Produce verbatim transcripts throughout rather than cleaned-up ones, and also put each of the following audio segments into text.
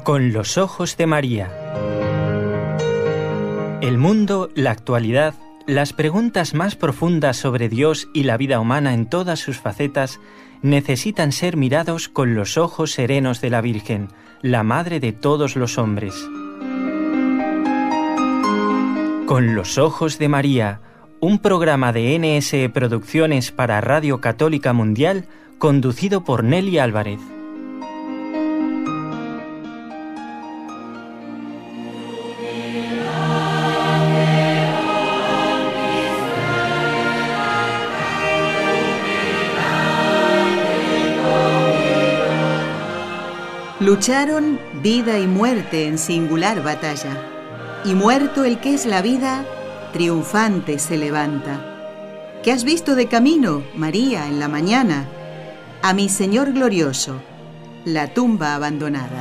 Con los ojos de María. El mundo, la actualidad, las preguntas más profundas sobre Dios y la vida humana en todas sus facetas necesitan ser mirados con los ojos serenos de la Virgen, la Madre de todos los hombres. Con los ojos de María, un programa de N S E Producciones para Radio Católica Mundial, conducido por Nelly Álvarez. Lucharon vida y muerte en singular batalla, y muerto el que es la vida, triunfante se levanta. ¿Qué has visto de camino, María, en la mañana? A mi Señor glorioso, la tumba abandonada.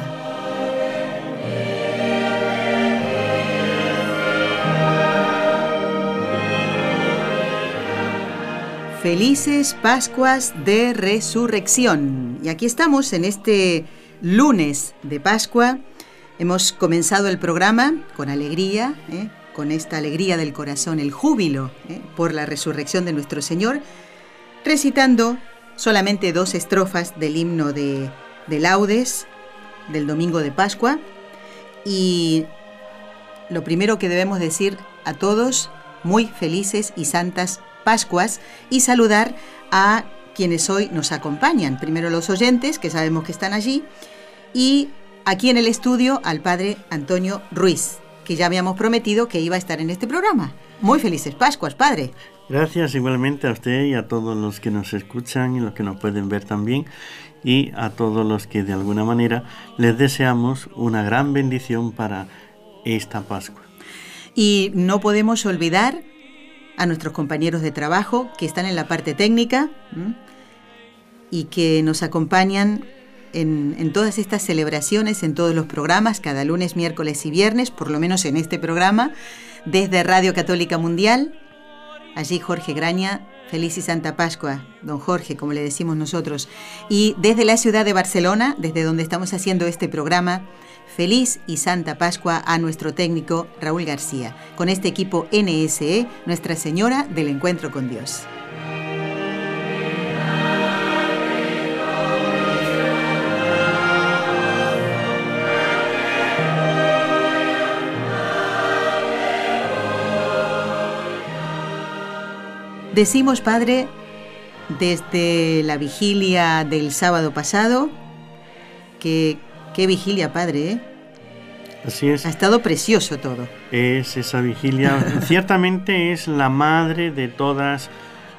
Felices Pascuas de Resurrección. Y aquí estamos en este lunes de Pascua. Hemos comenzado el programa con alegría, ¿eh? con esta alegría del corazón, el júbilo ¿eh? por la resurrección de nuestro Señor, recitando solamente dos estrofas del himno de, de laudes del domingo de Pascua. Y lo primero que debemos decir a todos, muy felices y santas Pascuas, y saludar a quienes hoy nos acompañan. Primero los oyentes, que sabemos que están allí, y aquí en el estudio al padre Antonio Ruiz, que ya habíamos prometido que iba a estar en este programa. Muy felices Pascuas, padre. Gracias igualmente a usted y a todos los que nos escuchan y los que nos pueden ver también, y a todos los que de alguna manera les deseamos una gran bendición para esta Pascua. Y no podemos olvidar a nuestros compañeros de trabajo que están en la parte técnica ¿m? y que nos acompañan en, en todas estas celebraciones, en todos los programas, cada lunes, miércoles y viernes, por lo menos en este programa, desde Radio Católica Mundial. Allí Jorge Graña, feliz y santa Pascua, don Jorge, como le decimos nosotros. Y desde la ciudad de Barcelona, desde donde estamos haciendo este programa, feliz y santa Pascua a nuestro técnico Raúl García, con este equipo N S E, Nuestra Señora del Encuentro con Dios. Decimos, padre, desde la vigilia del sábado pasado, que qué vigilia, padre, ¿eh? Así es. Ha estado precioso todo. Es esa vigilia, ciertamente es la madre de todas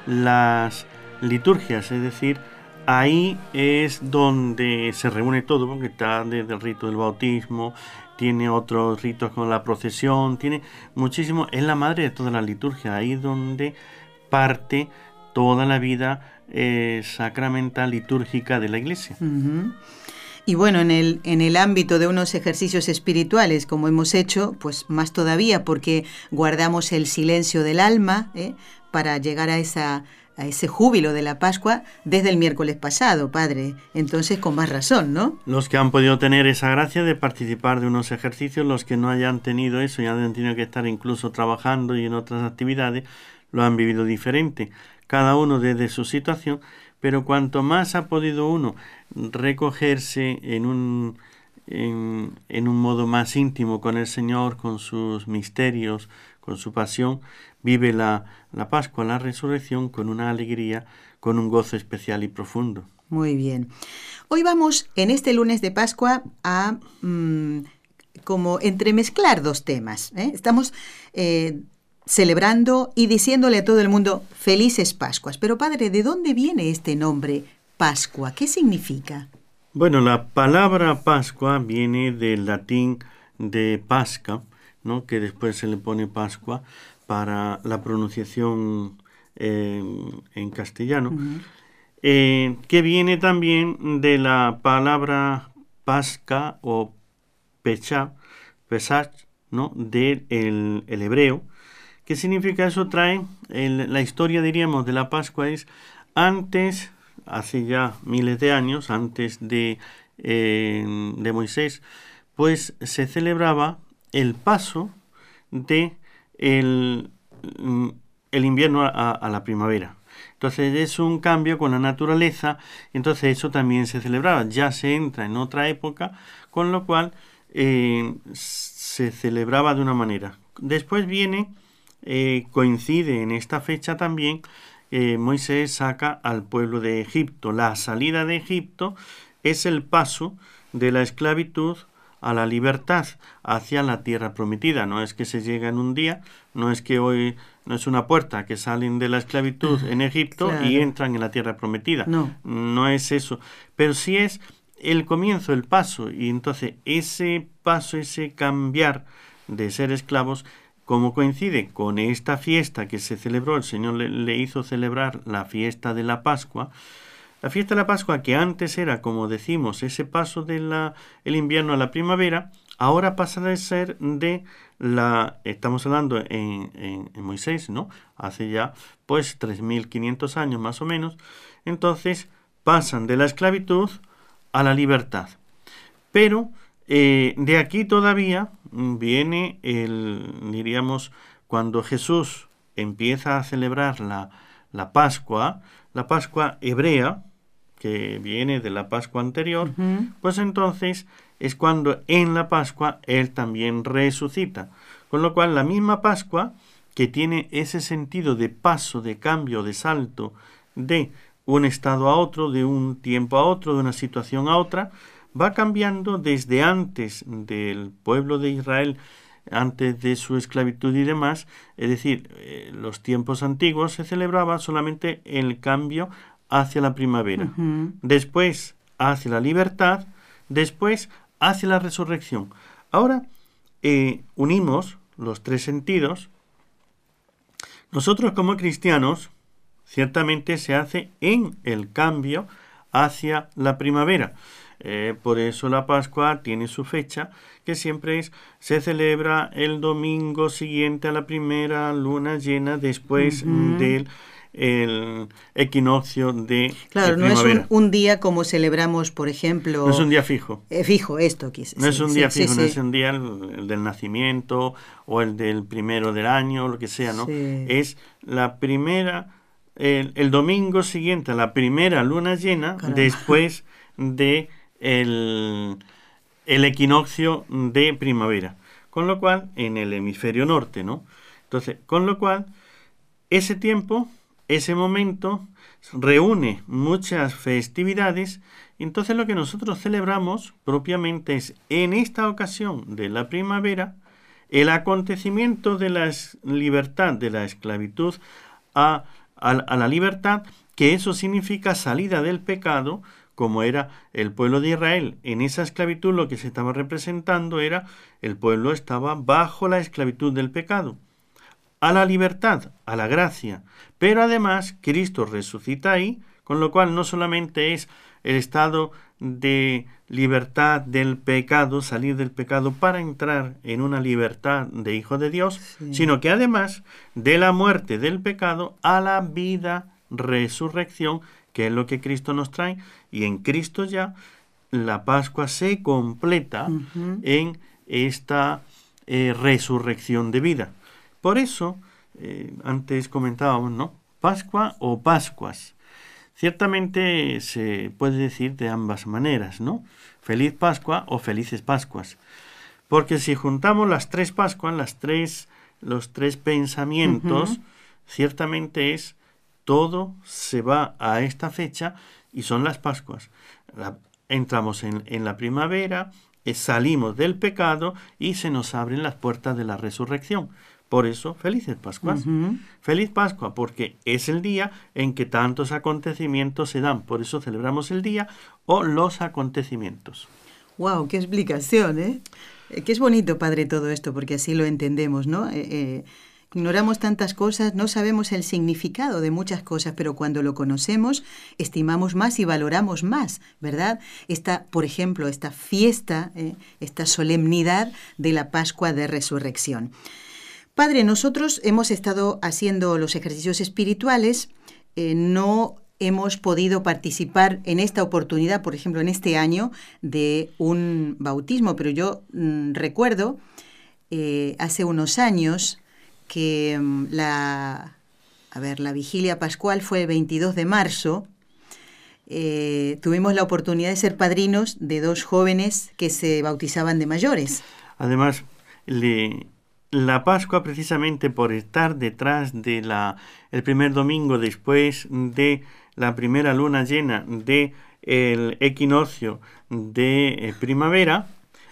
las liturgias, es decir, ahí es donde se reúne todo, porque está desde el rito del bautismo, tiene otros ritos como la procesión, tiene muchísimo, es la madre de todas las liturgias, ahí donde parte toda la vida eh, sacramental litúrgica de la Iglesia. Uh-huh. Y bueno, en el, en el ámbito de unos ejercicios espirituales, como hemos hecho, pues más todavía, porque guardamos el silencio del alma ¿eh? para llegar a, esa, a ese júbilo de la Pascua desde el miércoles pasado, padre. Entonces, con más razón, ¿no? Los que han podido tener esa gracia de participar de unos ejercicios, los que no hayan tenido eso y han tenido que estar incluso trabajando y en otras actividades, lo han vivido diferente, cada uno desde su situación, pero cuanto más ha podido uno recogerse en un, en, en un modo más íntimo con el Señor, con sus misterios, con su pasión, vive la, la Pascua, la resurrección con una alegría, con un gozo especial y profundo. Muy bien. Hoy vamos, en este lunes de Pascua, a mmm, como entremezclar dos temas. ¿eh? Estamos Eh, celebrando y diciéndole a todo el mundo felices Pascuas. Pero padre, ¿de dónde viene este nombre Pascua? ¿Qué significa? Bueno, la palabra Pascua viene del latín de Pasca, ¿no? que después se le pone Pascua para la pronunciación eh, en castellano, uh-huh. eh, que viene también de la palabra Pasca o Pesach, Pesach, ¿no? del el, el hebreo. ¿Qué significa eso? Trae el, la historia, diríamos, de la Pascua es antes, hace ya miles de años, antes de, eh, de Moisés, pues se celebraba el paso de el, el invierno a, a la primavera. Entonces es un cambio con la naturaleza, entonces eso también se celebraba. Ya se entra en otra época, con lo cual eh, se celebraba de una manera. Después viene, eh, coincide en esta fecha también, eh, Moisés saca al pueblo de Egipto. La salida de Egipto es el paso de la esclavitud a la libertad hacia la tierra prometida. No es que se llega en un día, no es que hoy no es una puerta que salen de la esclavitud en Egipto claro. y entran en la tierra prometida. No. No es eso, pero sí es el comienzo, el paso, y entonces ese paso, ese cambiar de ser esclavos, como coincide con esta fiesta que se celebró, el Señor le, le hizo celebrar la fiesta de la Pascua. La fiesta de la Pascua, que antes era, como decimos, ese paso del invierno a la primavera, ahora pasa a ser de la, estamos hablando en, en, en Moisés, ¿no? Hace ya pues tres mil quinientos años más o menos. Entonces pasan de la esclavitud a la libertad. Pero eh, de aquí todavía viene el, diríamos, cuando Jesús empieza a celebrar la, la Pascua, la Pascua hebrea, que viene de la Pascua anterior, uh-huh. pues entonces es cuando en la Pascua Él también resucita. Con lo cual la misma Pascua, que tiene ese sentido de paso, de cambio, de salto, de un estado a otro, de un tiempo a otro, de una situación a otra, va cambiando desde antes del pueblo de Israel, antes de su esclavitud y demás. Es decir, eh, los tiempos antiguos se celebraba solamente el cambio hacia la primavera, uh-huh. después hacia la libertad, después hacia la resurrección. Ahora eh, unimos los tres sentidos. Nosotros como cristianos, ciertamente se hace en el cambio hacia la primavera. Eh, por eso la Pascua tiene su fecha, que siempre es, se celebra el domingo siguiente a la primera luna llena, después uh-huh. del el equinoccio de Claro, de no es primavera. un, un día como celebramos, por ejemplo... No es un día fijo. Eh, fijo, esto quise No sí, es un día sí, fijo, sí, no sí. es un día el, el del nacimiento o el del primero del año, lo que sea, ¿no? Sí. Es la primera, el, el domingo siguiente a la primera luna llena, Caramba. después de el, el equinoccio de primavera. Con lo cual, en el hemisferio norte, ¿no? Entonces, con lo cual, ese tiempo... Ese momento reúne muchas festividades, y entonces lo que nosotros celebramos propiamente es, en esta ocasión de la primavera, el acontecimiento de la libertad, de la esclavitud a, a, a la libertad, que eso significa salida del pecado, como era el pueblo de Israel. En esa esclavitud lo que se estaba representando era, el pueblo estaba bajo la esclavitud del pecado, a la libertad, a la gracia. Pero además Cristo resucita ahí, con lo cual no solamente es el estado de libertad del pecado, salir del pecado para entrar en una libertad de hijo de Dios, sí. sino que además de la muerte del pecado a la vida, resurrección, que es lo que Cristo nos trae, y en Cristo ya la Pascua se completa uh-huh. en esta eh, resurrección de vida. Por eso, eh, antes comentábamos, ¿no? Pascua o Pascuas. Ciertamente se puede decir de ambas maneras, ¿no? Feliz Pascua o felices Pascuas. Porque si juntamos las tres Pascuas, las tres, los tres pensamientos, uh-huh. ciertamente es, todo se va a esta fecha y son las Pascuas. La, entramos en, en la primavera, eh, salimos del pecado y se nos abren las puertas de la resurrección. Por eso, felices Pascuas. Uh-huh. Feliz Pascua, porque es el día en que tantos acontecimientos se dan. Por eso celebramos el día o los acontecimientos. ¡Wow! ¡Qué explicación! ¿eh? Que es bonito, Padre, todo esto, porque así lo entendemos, ¿no? Eh, eh, ignoramos tantas cosas, no sabemos el significado de muchas cosas, pero cuando lo conocemos, estimamos más y valoramos más, ¿verdad? Esta, por ejemplo, esta fiesta, eh, esta solemnidad de la Pascua de Resurrección. Padre, nosotros hemos estado haciendo los ejercicios espirituales, eh, no hemos podido participar en esta oportunidad, por ejemplo, en este año, de un bautismo, pero yo mmm, recuerdo eh, hace unos años que mmm, la, a ver, la vigilia pascual fue el veintidós de marzo. Eh, tuvimos la oportunidad de ser padrinos de dos jóvenes que se bautizaban de mayores. Además, le, la Pascua, precisamente por estar detrás de la el primer domingo después de la primera luna llena de el equinoccio de eh, primavera,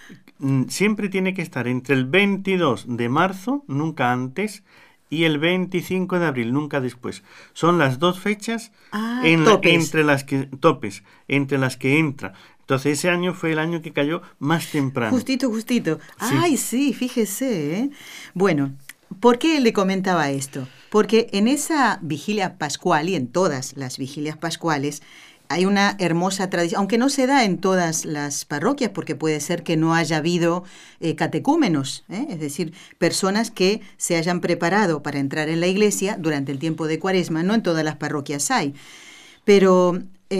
siempre tiene que estar entre el veintidós de marzo, nunca antes, y el veinticinco de abril, nunca después. Son las dos fechas ah, en la, topes. entre las que topes, entre las que entra. Entonces ese año fue el año que cayó más temprano. Justito, justito. Sí. Ay, sí, fíjese. ¿eh? Bueno, ¿por qué le comentaba esto? Porque en esa vigilia pascual y en todas las vigilias pascuales hay una hermosa tradición, aunque no se da en todas las parroquias, porque puede ser que no haya habido eh, catecúmenos, ¿eh? es decir, personas que se hayan preparado para entrar en la iglesia durante el tiempo de Cuaresma. No en todas las parroquias hay. Pero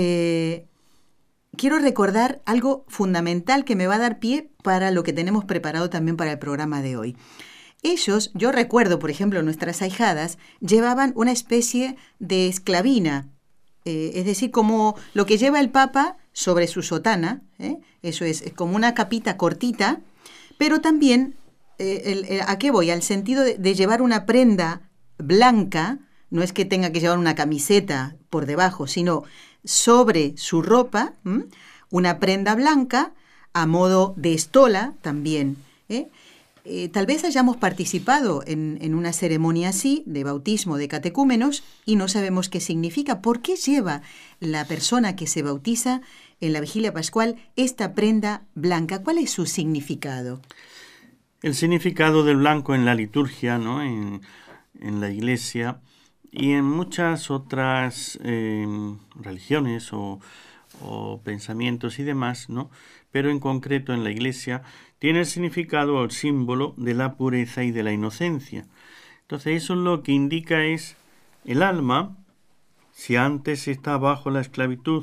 eh, quiero recordar algo fundamental que me va a dar pie para lo que tenemos preparado también para el programa de hoy. Ellos, yo recuerdo, por ejemplo, nuestras ahijadas, llevaban una especie de esclavina, eh, es decir, como lo que lleva el Papa sobre su sotana, ¿eh? Eso es, es como una capita cortita, pero también, eh, el, el, ¿a qué voy? Al sentido de, de llevar una prenda blanca, no es que tenga que llevar una camiseta por debajo, sino sobre su ropa, ¿m? una prenda blanca, a modo de estola también, ¿eh? Eh, tal vez hayamos participado en, en una ceremonia así, de bautismo de catecúmenos, y no sabemos qué significa. ¿Por qué lleva la persona que se bautiza en la vigilia pascual esta prenda blanca? ¿Cuál es su significado? El significado del blanco en la liturgia, ¿no? en, en la iglesia y en muchas otras eh, religiones o, o pensamientos y demás, ¿no? Pero en concreto en la iglesia tiene el significado o el símbolo de la pureza y de la inocencia. Entonces eso lo que indica es el alma, si antes está bajo la esclavitud,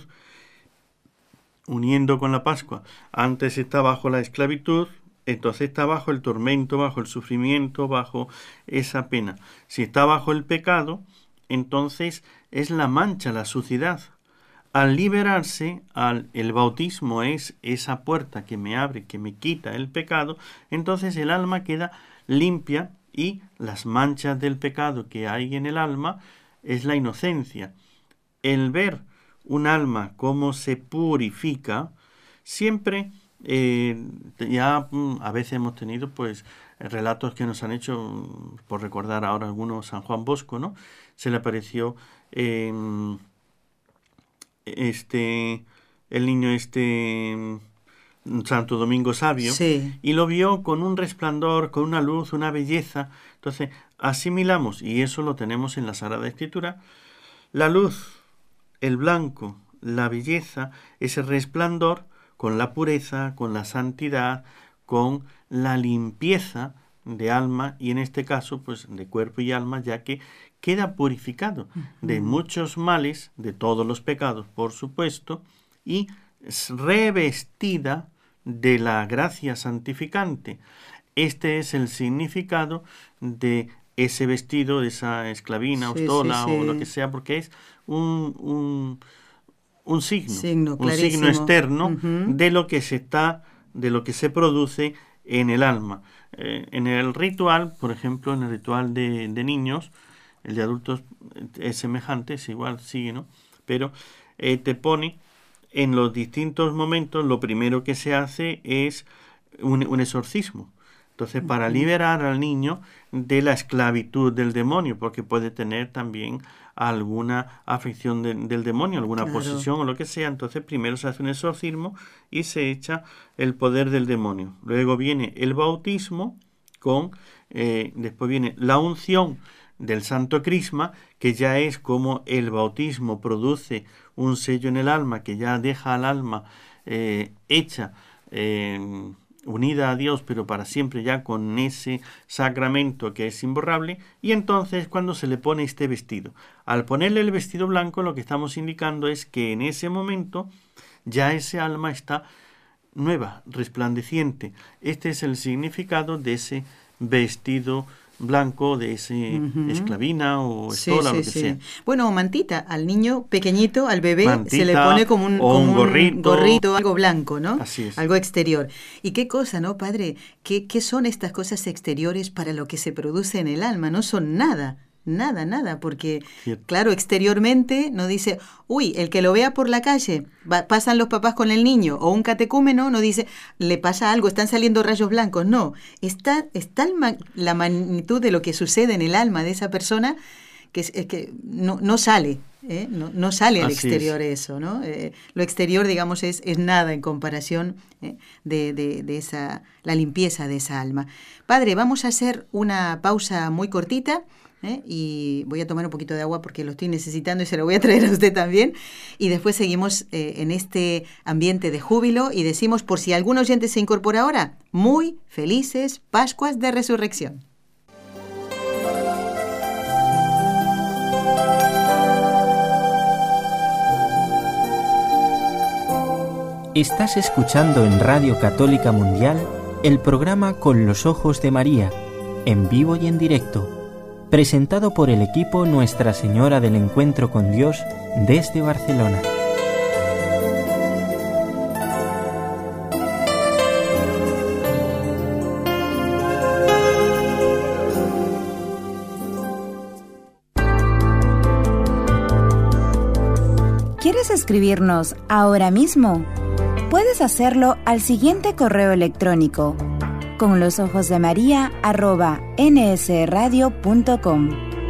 uniendo con la Pascua, antes está bajo la esclavitud, entonces está bajo el tormento, bajo el sufrimiento, bajo esa pena. Si está bajo el pecado, entonces es la mancha, la suciedad. Al liberarse, al, el bautismo es esa puerta que me abre, que me quita el pecado, entonces el alma queda limpia y las manchas del pecado que hay en el alma es la inocencia. El ver un alma cómo se purifica, siempre, eh, ya a veces hemos tenido pues relatos que nos han hecho, por recordar ahora algunos, San Juan Bosco, ¿no? Se le apareció... Eh, este el niño este Santo Domingo Sabio, sí. y lo vio con un resplandor, con una luz, una belleza. Entonces asimilamos, y eso lo tenemos en la Sagrada Escritura, la luz, el blanco, la belleza, ese resplandor con la pureza, con la santidad, con la limpieza de alma y en este caso pues de cuerpo y alma, ya que queda purificado de muchos males, de todos los pecados, por supuesto, y revestida de la gracia santificante. Este es el significado de ese vestido, de esa esclavina, sí, estola sí, sí. o lo que sea, porque es un, un, un signo, signo un signo externo uh-huh. de lo que se está, de lo que se produce en el alma. Eh, en el ritual, por ejemplo, en el ritual de, de niños, el de adultos es semejante, es igual, sigue, ¿no? Pero eh, te pone en los distintos momentos, lo primero que se hace es un, un exorcismo. Entonces, para liberar al niño de la esclavitud del demonio, porque puede tener también alguna afección de, del demonio, alguna claro. posesión o lo que sea. Entonces, primero se hace un exorcismo y se echa el poder del demonio. Luego viene el bautismo, con eh, después viene la unción del Santo Crisma, que ya es como el bautismo produce un sello en el alma, que ya deja al alma eh, hecha, eh, unida a Dios, pero para siempre ya con ese sacramento que es imborrable, y entonces cuando se le pone este vestido. Al ponerle el vestido blanco, lo que estamos indicando es que en ese momento ya ese alma está nueva, resplandeciente. Este es el significado de ese vestido blanco, de ese uh-huh. esclavina o estola, sí, sí, lo que sí. sea. Bueno, mantita, al niño pequeñito, al bebé, mantita, se le pone como un, como un gorrito, un gorrito, algo blanco, ¿no? Así es. Algo exterior. ¿Y qué cosa, no, padre? ¿Qué, qué son estas cosas exteriores para lo que se produce en el alma? No son nada. Nada, nada, porque, Cierto. claro, exteriormente no dice, uy, el que lo vea por la calle, va, pasan los papás con el niño, o un catecúmeno no dice, le pasa algo, están saliendo rayos blancos. No, está, está el, la magnitud de lo que sucede en el alma de esa persona que, es, es que no, no sale, ¿eh? no, no sale al Así exterior es. eso, ¿no? Eh, lo exterior, digamos, es, es nada en comparación ¿eh? de, de, de esa, la limpieza de esa alma. Padre, vamos a hacer una pausa muy cortita. ¿Eh? Y voy a tomar un poquito de agua porque lo estoy necesitando y se lo voy a traer a usted también. Y después seguimos eh, en este ambiente de júbilo y decimos, por si algún oyente se incorpora ahora, muy felices Pascuas de Resurrección. Estás escuchando en Radio Católica Mundial el programa Con los Ojos de María, en vivo y en directo, presentado por el equipo Nuestra Señora del Encuentro con Dios desde Barcelona. ¿Quieres escribirnos ahora mismo? Puedes hacerlo al siguiente correo electrónico: con los ojos de María arroba nsradio punto com.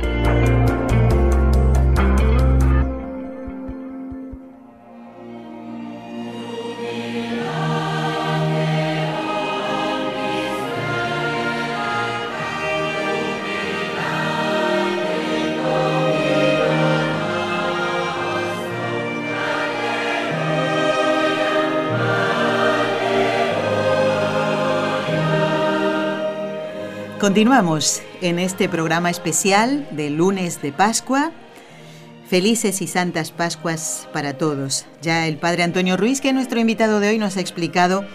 Continuamos en este programa especial del lunes de Pascua. Felices y santas Pascuas para todos. Ya el padre Antonio Ruiz, que es nuestro invitado de hoy, nos ha explicado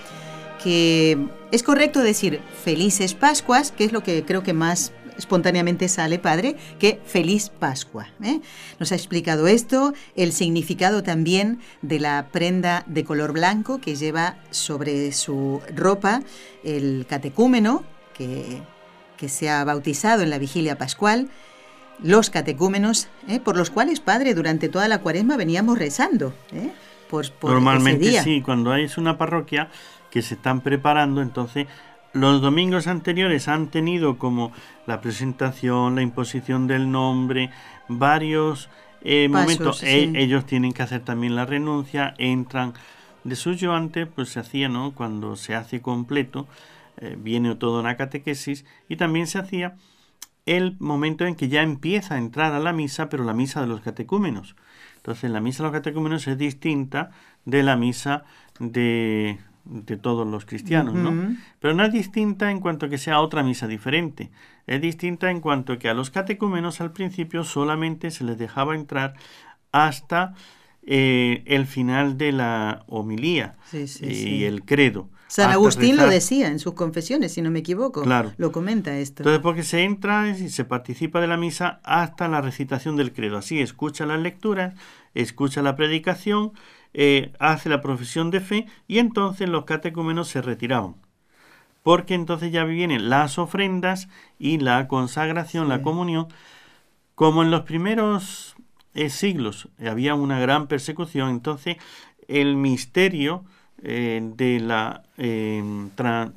que es correcto decir felices Pascuas, que es lo que creo que más espontáneamente sale, padre, que feliz Pascua. ¿eh? Nos ha explicado esto, el significado también de la prenda de color blanco que lleva sobre su ropa el catecúmeno, que... que se ha bautizado en la vigilia pascual, los catecúmenos, ¿eh? por los cuales, padre, durante toda la cuaresma veníamos rezando. ¿eh? Por, por Normalmente ese día. Sí, cuando hay una parroquia que se están preparando, entonces los domingos anteriores han tenido como la presentación, la imposición del nombre, varios eh, Pasos, momentos. Sí. E- ellos tienen que hacer también la renuncia, entran de suyo antes, pues se hacía, ¿no? Cuando se hace completo, Eh, viene toda una catequesis, y también se hacía el momento en que ya empieza a entrar a la misa, pero la misa de los catecúmenos. Entonces la misa de los catecúmenos es distinta de la misa de, de todos los cristianos, uh-huh. ¿no? Pero no es distinta en cuanto a que sea otra misa diferente. Es distinta en cuanto a que a los catecúmenos al principio solamente se les dejaba entrar hasta eh, el final de la homilía sí, sí, y sí. el credo. San Agustín rezar. Lo decía en sus confesiones, si no me equivoco. Claro. Lo comenta esto. Entonces, porque se entra y se participa de la misa hasta la recitación del credo. Así, escucha las lecturas, escucha la predicación, eh, hace la profesión de fe, y entonces los catecúmenos se retiraban. Porque entonces ya vienen las ofrendas y la consagración, sí. la comunión. Como en los primeros eh, siglos había una gran persecución, entonces el misterio Eh, de la eh, tra,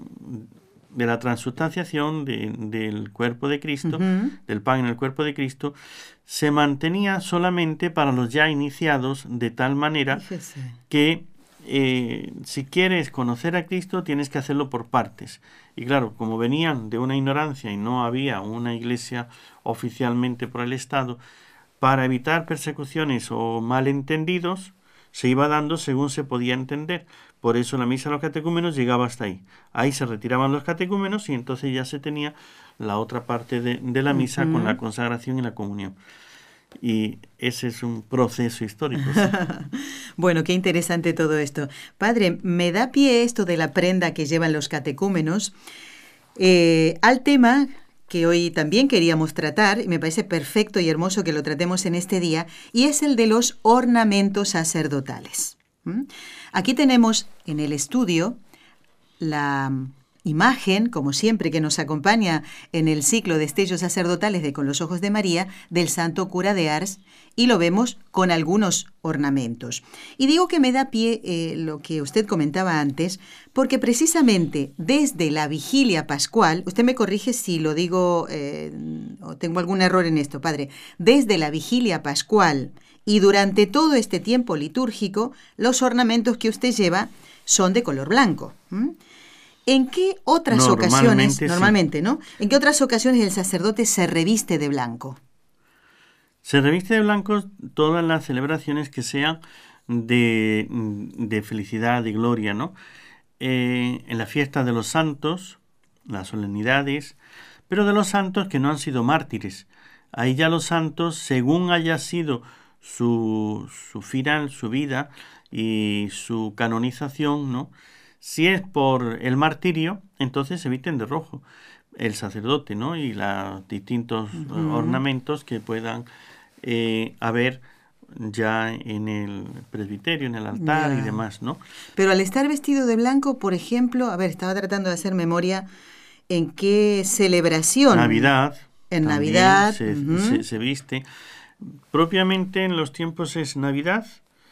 de la transubstanciación de, del cuerpo de Cristo, uh-huh. del pan en el cuerpo de Cristo, se mantenía solamente para los ya iniciados, de tal manera Fíjese. que eh, si quieres conocer a Cristo tienes que hacerlo por partes. Y claro, como venían de una ignorancia y no había una iglesia oficialmente por el Estado, para evitar persecuciones o malentendidos, se iba dando según se podía entender. Por eso la misa de los catecúmenos llegaba hasta ahí. Ahí se retiraban los catecúmenos y entonces ya se tenía la otra parte de, de la misa uh-huh. con la consagración y la comunión. Y ese es un proceso histórico. ¿Sí? Bueno, qué interesante todo esto. Padre, me da pie esto de la prenda que llevan los catecúmenos eh, al tema que hoy también queríamos tratar, y me parece perfecto y hermoso que lo tratemos en este día, y es el de los ornamentos sacerdotales. ¿Mm? Aquí tenemos en el estudio la imagen, como siempre, que nos acompaña en el ciclo de Destellos Sacerdotales de Con los Ojos de María, del Santo Cura de Ars, y lo vemos con algunos ornamentos. Y digo que me da pie eh, lo que usted comentaba antes, porque precisamente desde la vigilia pascual, usted me corrige si lo digo eh, o tengo algún error en esto, Padre, desde la vigilia pascual y durante todo este tiempo litúrgico, los ornamentos que usted lleva son de color blanco. ¿Mm? ¿En qué otras normalmente, ocasiones, sí. normalmente, ¿no? ¿En qué otras ocasiones el sacerdote se reviste de blanco? Se reviste de blanco todas las celebraciones que sean de, de felicidad, de gloria, ¿no? Eh, en la fiesta de los santos, las solemnidades, pero de los santos que no han sido mártires. Ahí ya los santos, según haya sido su, su final, su vida y su canonización, ¿no? Si es por el martirio, entonces se visten de rojo el sacerdote, ¿no? Y los distintos uh-huh. ornamentos que puedan eh, haber ya en el presbiterio, en el altar yeah. y demás, ¿no? Pero al estar vestido de blanco, por ejemplo, a ver, estaba tratando de hacer memoria en qué celebración. Navidad. En Navidad. Se, uh-huh. se, se viste. Propiamente en los tiempos es Navidad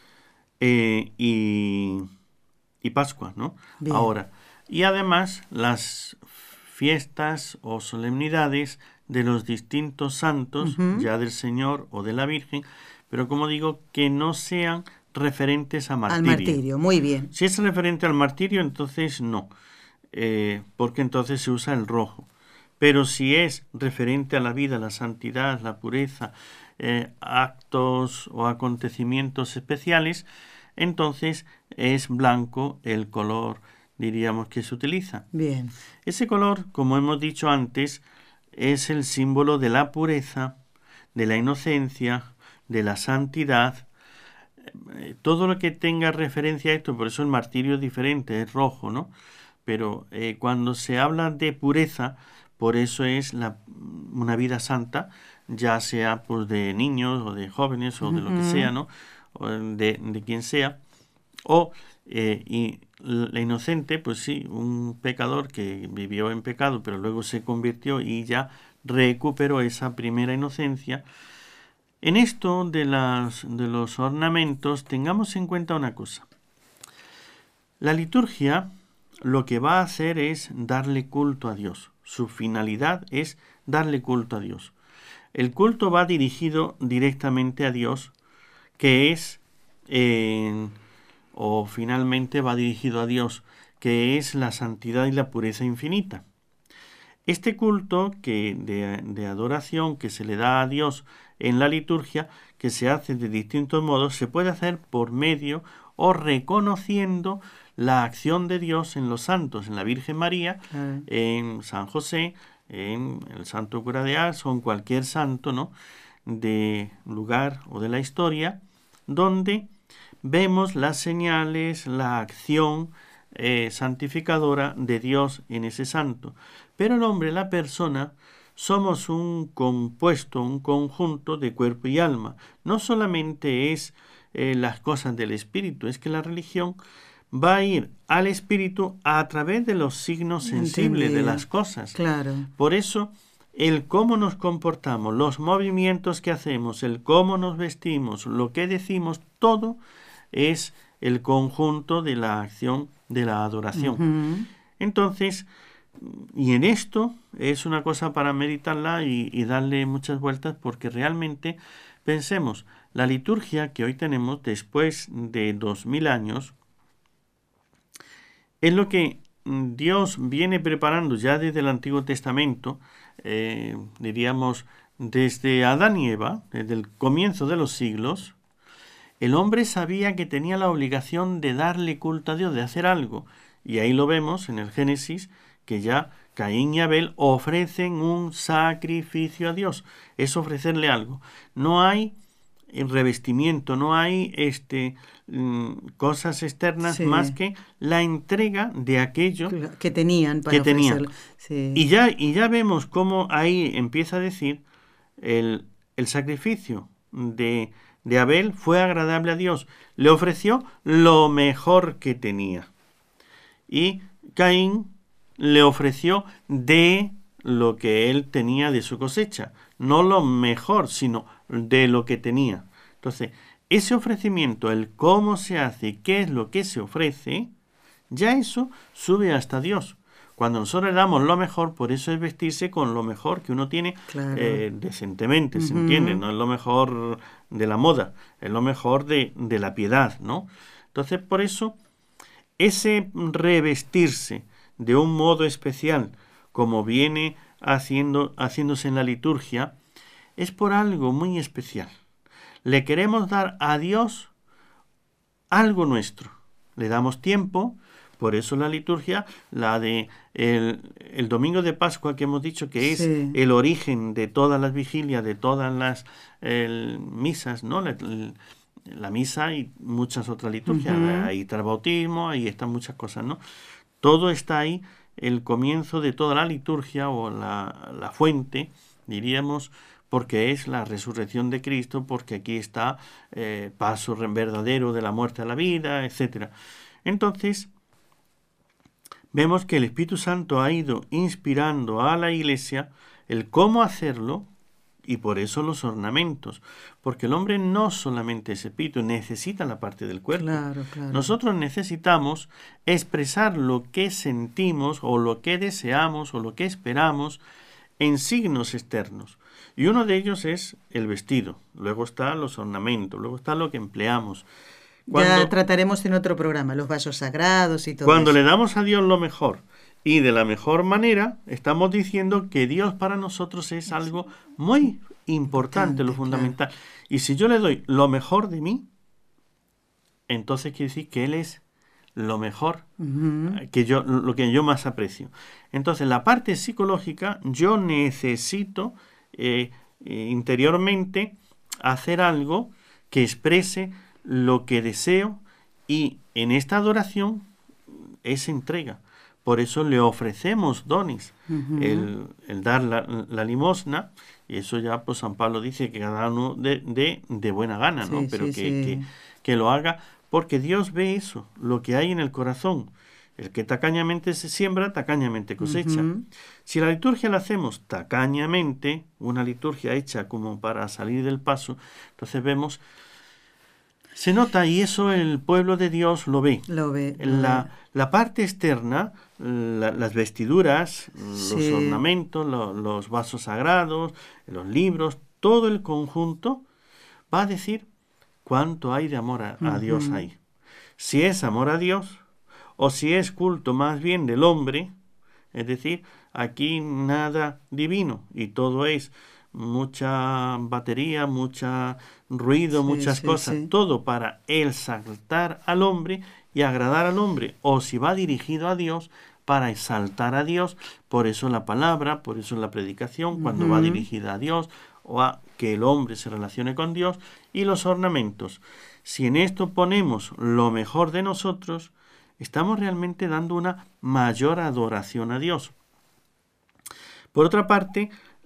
eh, y... y Pascua, ¿no? Bien. Ahora, y además las fiestas o solemnidades de los distintos santos, uh-huh. ya del Señor o de la Virgen, pero como digo, que no sean referentes a martirio. Al martirio, muy bien. Si es referente al martirio, entonces no, eh, porque entonces se usa el rojo. Pero si es referente a la vida, la santidad, la pureza, eh, actos o acontecimientos especiales, entonces es blanco el color, diríamos, que se utiliza. Bien. Ese color, como hemos dicho antes, es el símbolo de la pureza, de la inocencia, de la santidad. Todo lo que tenga referencia a esto, por eso el martirio es diferente, es rojo, ¿no? Pero eh, cuando se habla de pureza, por eso es la, una vida santa, ya sea pues de niños o de jóvenes o de uh-huh. lo que sea, ¿no? De, de quien sea, o eh, y la inocente, pues sí, un pecador que vivió en pecado, pero luego se convirtió y ya recuperó esa primera inocencia. En esto de, las, de los ornamentos, tengamos en cuenta una cosa. La liturgia lo que va a hacer es darle culto a Dios. Su finalidad es darle culto a Dios. El culto va dirigido directamente a Dios, que es, eh, o finalmente va dirigido a Dios, que es la santidad y la pureza infinita. Este culto que de, de adoración que se le da a Dios en la liturgia, que se hace de distintos modos, se puede hacer por medio o reconociendo la acción de Dios en los santos, en la Virgen María, uh-huh. en San José, en el Santo Cura de Ars o en cualquier santo, ¿no?, de lugar o de la historia, donde vemos las señales, la acción eh, santificadora de Dios en ese santo. Pero el hombre, la persona, somos un compuesto, un conjunto de cuerpo y alma. No solamente es eh, las cosas del espíritu, es que la religión va a ir al espíritu a través de los signos sensibles Entendido. De las cosas. Claro. Por eso, el cómo nos comportamos, los movimientos que hacemos, el cómo nos vestimos, lo que decimos, todo es el conjunto de la acción de la adoración. Uh-huh. Entonces, y en esto es una cosa para meditarla y, y darle muchas vueltas, porque realmente, pensemos, la liturgia que hoy tenemos después de dos mil años es lo que Dios viene preparando ya desde el Antiguo Testamento, eh, diríamos desde Adán y Eva, desde el comienzo de los siglos. el hombre sabía que tenía la obligación de darle culto a Dios, de hacer algo. Y ahí lo vemos en el Génesis, que ya Caín y Abel ofrecen un sacrificio a Dios. Es ofrecerle algo. No hay revestimiento, no hay este cosas externas, sí, más que la entrega de aquello que tenían para que tenían. Sí. Y ya, y ya vemos cómo ahí empieza a decir el, el sacrificio de, de Abel fue agradable a Dios. Le ofreció lo mejor que tenía. Y Caín le ofreció de lo que él tenía de su cosecha. No lo mejor, sino de lo que tenía. Entonces, ese ofrecimiento, el cómo se hace y qué es lo que se ofrece, ya eso sube hasta Dios. Cuando nosotros le damos lo mejor, por eso es vestirse con lo mejor que uno tiene, claro, eh, decentemente, uh-huh. ¿se entiende? No es lo mejor de la moda, es lo mejor de, de la piedad, ¿no? Entonces, por eso, ese revestirse de un modo especial, como viene haciendo, haciéndose en la liturgia, es por algo muy especial. Le queremos dar a Dios algo nuestro. Le damos tiempo, por eso la liturgia, la de el, el domingo de Pascua que hemos dicho que es sí. el origen de todas las vigilias, de todas las el, misas, ¿no? La, la misa y muchas otras liturgias. Uh-huh. Ahí está el bautismo, ahí están muchas cosas, ¿no? Todo está ahí, el comienzo de toda la liturgia o la, la fuente, diríamos, porque es la resurrección de Cristo, porque aquí está eh, paso verdadero de la muerte a la vida, etcétera. Entonces, vemos que el Espíritu Santo ha ido inspirando a la Iglesia el cómo hacerlo, y por eso los ornamentos, porque el hombre no solamente es espíritu, necesita la parte del cuerpo. Claro, claro. Nosotros necesitamos expresar lo que sentimos o lo que deseamos o lo que esperamos en signos externos. Y uno de ellos es el vestido, luego están los ornamentos, luego está lo que empleamos. Cuando, ya trataremos en otro programa, los vasos sagrados y todo Cuando eso. le damos a Dios lo mejor y de la mejor manera, estamos diciendo que Dios para nosotros es algo muy importante, importante lo fundamental. Claro. Y si yo le doy lo mejor de mí, entonces quiere decir que Él es lo mejor, uh-huh. que yo, lo que yo más aprecio. Entonces, la parte psicológica, yo necesito eh, eh, interiormente hacer algo que exprese lo que deseo, y en esta adoración es entrega. Por eso le ofrecemos dones, uh-huh. el, el dar la, la limosna, y eso ya pues San Pablo dice que cada uno de, de, de buena gana, ¿no? Sí, pero sí, que, sí. Que, que lo haga, porque Dios ve eso, lo que hay en el corazón. El que tacañamente se siembra, tacañamente cosecha. Uh-huh. Si la liturgia la hacemos tacañamente, una liturgia hecha como para salir del paso, entonces vemos, se nota, y eso el pueblo de Dios lo ve. Lo ve. Lo la, ve. la parte externa, la, las vestiduras, sí. los ornamentos, lo, los vasos sagrados, los libros, todo el conjunto va a decir cuánto hay de amor a, a uh-huh. Dios ahí. Si es amor a Dios, o si es culto más bien del hombre, es decir, aquí nada divino y todo es mucha batería, mucha ruido, sí, muchas sí, cosas, sí. todo para exaltar al hombre y agradar al hombre, o si va dirigido a Dios, para exaltar a Dios. Por eso la palabra, por eso la predicación, cuando uh-huh. va dirigida a Dios, o a que el hombre se relacione con Dios. Y los ornamentos, si en esto ponemos lo mejor de nosotros, estamos realmente dando una mayor adoración a Dios. Por otra parte,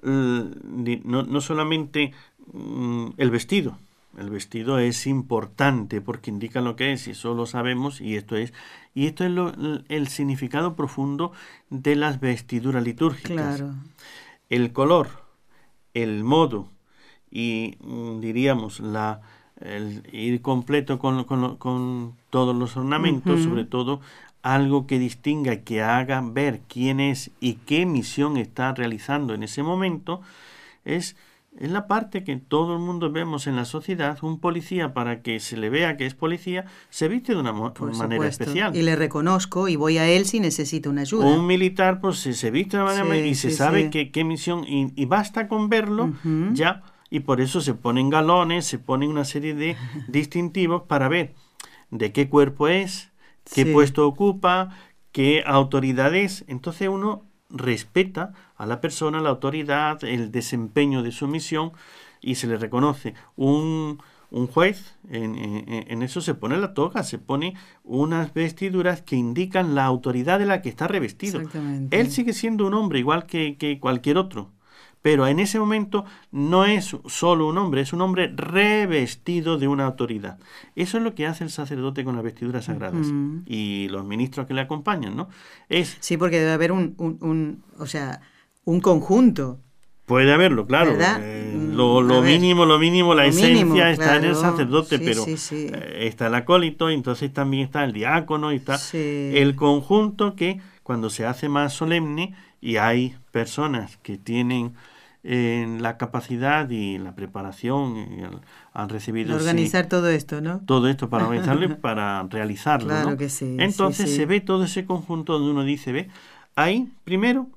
no, no solamente el vestido. El vestido es importante porque indica lo que es, y eso lo sabemos, y esto es y esto es lo, el significado profundo de las vestiduras litúrgicas. Claro. El color, el modo y diríamos la el ir completo con, con, con todos los ornamentos, uh-huh. sobre todo algo que distinga, que haga ver quién es y qué misión está realizando en ese momento, es, es la parte que todo el mundo vemos en la sociedad. Un policía, para que se le vea que es policía, se viste de una mo- manera supuesto. especial. Y le reconozco y voy a él si necesito una ayuda. Un militar pues se, se viste de una manera sí, y sí, se sabe sí. que, qué misión, y, y basta con verlo, uh-huh. ya y por eso se ponen galones, se ponen una serie de distintivos para ver de qué cuerpo es, qué sí. puesto ocupa, qué autoridad es. Entonces uno respeta a la persona, la autoridad, el desempeño de su misión y se le reconoce. Un, un juez, en, en, en eso se pone la toga, se pone unas vestiduras que indican la autoridad de la que está revestido. Él sigue siendo un hombre igual que, que cualquier otro. Pero en ese momento no es solo un hombre, es un hombre revestido de una autoridad. Eso es lo que hace el sacerdote con las vestiduras sagradas uh-huh. y los ministros que le acompañan, ¿no? Es, sí, porque debe haber un, un, un, o sea, un conjunto. Puede haberlo, claro. Eh, lo lo mínimo, lo mínimo, la lo esencia mínimo, está claro. en el sacerdote, sí, sí, pero sí. Eh, está el acólito, entonces también está el diácono, y está sí. el conjunto que cuando se hace más solemne y hay personas que tienen en la capacidad y la preparación y el, han recibido organizar sí, todo esto, ¿no? Todo esto para organizarlo, para realizarlo, claro ¿no? que sí. Entonces sí, sí. se ve todo ese conjunto donde uno dice, ve, ahí primero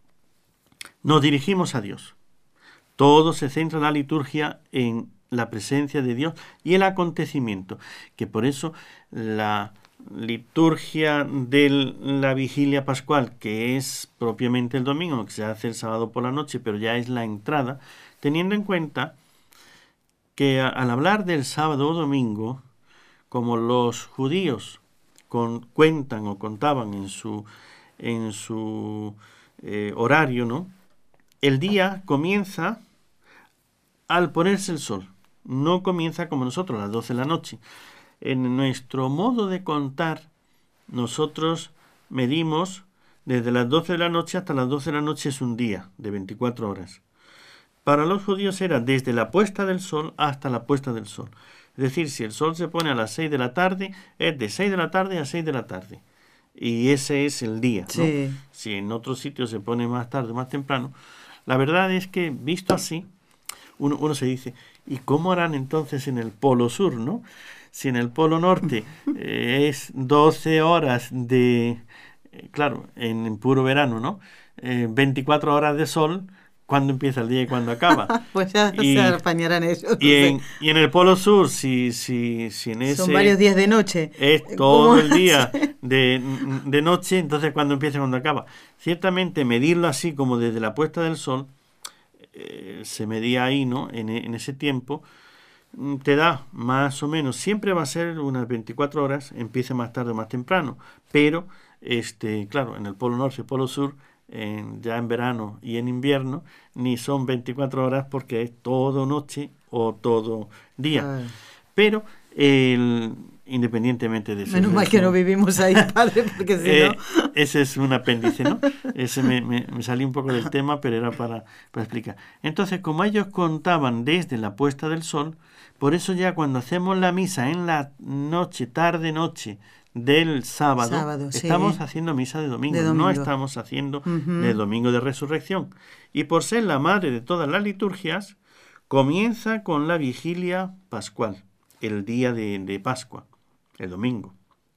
nos dirigimos a Dios. Todo se centra en la liturgia en la presencia de Dios y el acontecimiento, que por eso la liturgia de la vigilia pascual, que es propiamente el domingo, que se hace el sábado por la noche, pero ya es la entrada, teniendo en cuenta que a, al hablar del sábado o domingo, como los judíos con, cuentan o contaban en su, en su eh, horario, ¿no? El día comienza al ponerse el sol, no comienza como nosotros, a las doce de la noche. En nuestro modo de contar, nosotros medimos desde las doce de la noche hasta las doce de la noche es un día de veinticuatro horas. Para los judíos era desde la puesta del sol hasta la puesta del sol. Es decir, si el sol se pone a las seis de la tarde, es de seis de la tarde a seis de la tarde. Y ese es el día, ¿no? Sí. Si en otros sitios se pone más tarde, más temprano. La verdad es que, visto así, uno, uno se dice, ¿y cómo harán entonces en el Polo Sur, no? Si en el Polo Norte eh, es doce horas de, eh, claro, en, en puro verano, ¿no? Eh, veinticuatro horas de sol, ¿cuándo empieza el día y cuándo acaba? Pues ya y, se apañarán ellos. Y en, y en el Polo Sur, si, si, si en ese... Son varios días de noche. Es todo el día de, de noche, entonces ¿cuándo empieza y cuándo acaba? Ciertamente medirlo así como desde la puesta del sol, eh, se medía ahí, ¿no? En, en ese tiempo, te da más o menos, siempre va a ser unas veinticuatro horas, empieza más tarde o más temprano, pero, este claro, en el Polo Norte y el Polo Sur, en, ya en verano y en invierno, ni son veinticuatro horas porque es todo noche o todo día. Ay. Pero, el, independientemente de eso... Menos mal que no vivimos ahí, padre, porque si eh, no... Ese es un apéndice, ¿no? Ese me, me, me salí un poco del tema, pero era para, para explicar. Entonces, como ellos contaban desde la puesta del sol, por eso ya cuando hacemos la misa en la noche, tarde-noche del sábado, sábado estamos sí. haciendo misa de domingo, de domingo, no estamos haciendo uh-huh. de domingo de resurrección. Y por ser la madre de todas las liturgias, comienza con la vigilia pascual, el día de, de Pascua, el domingo.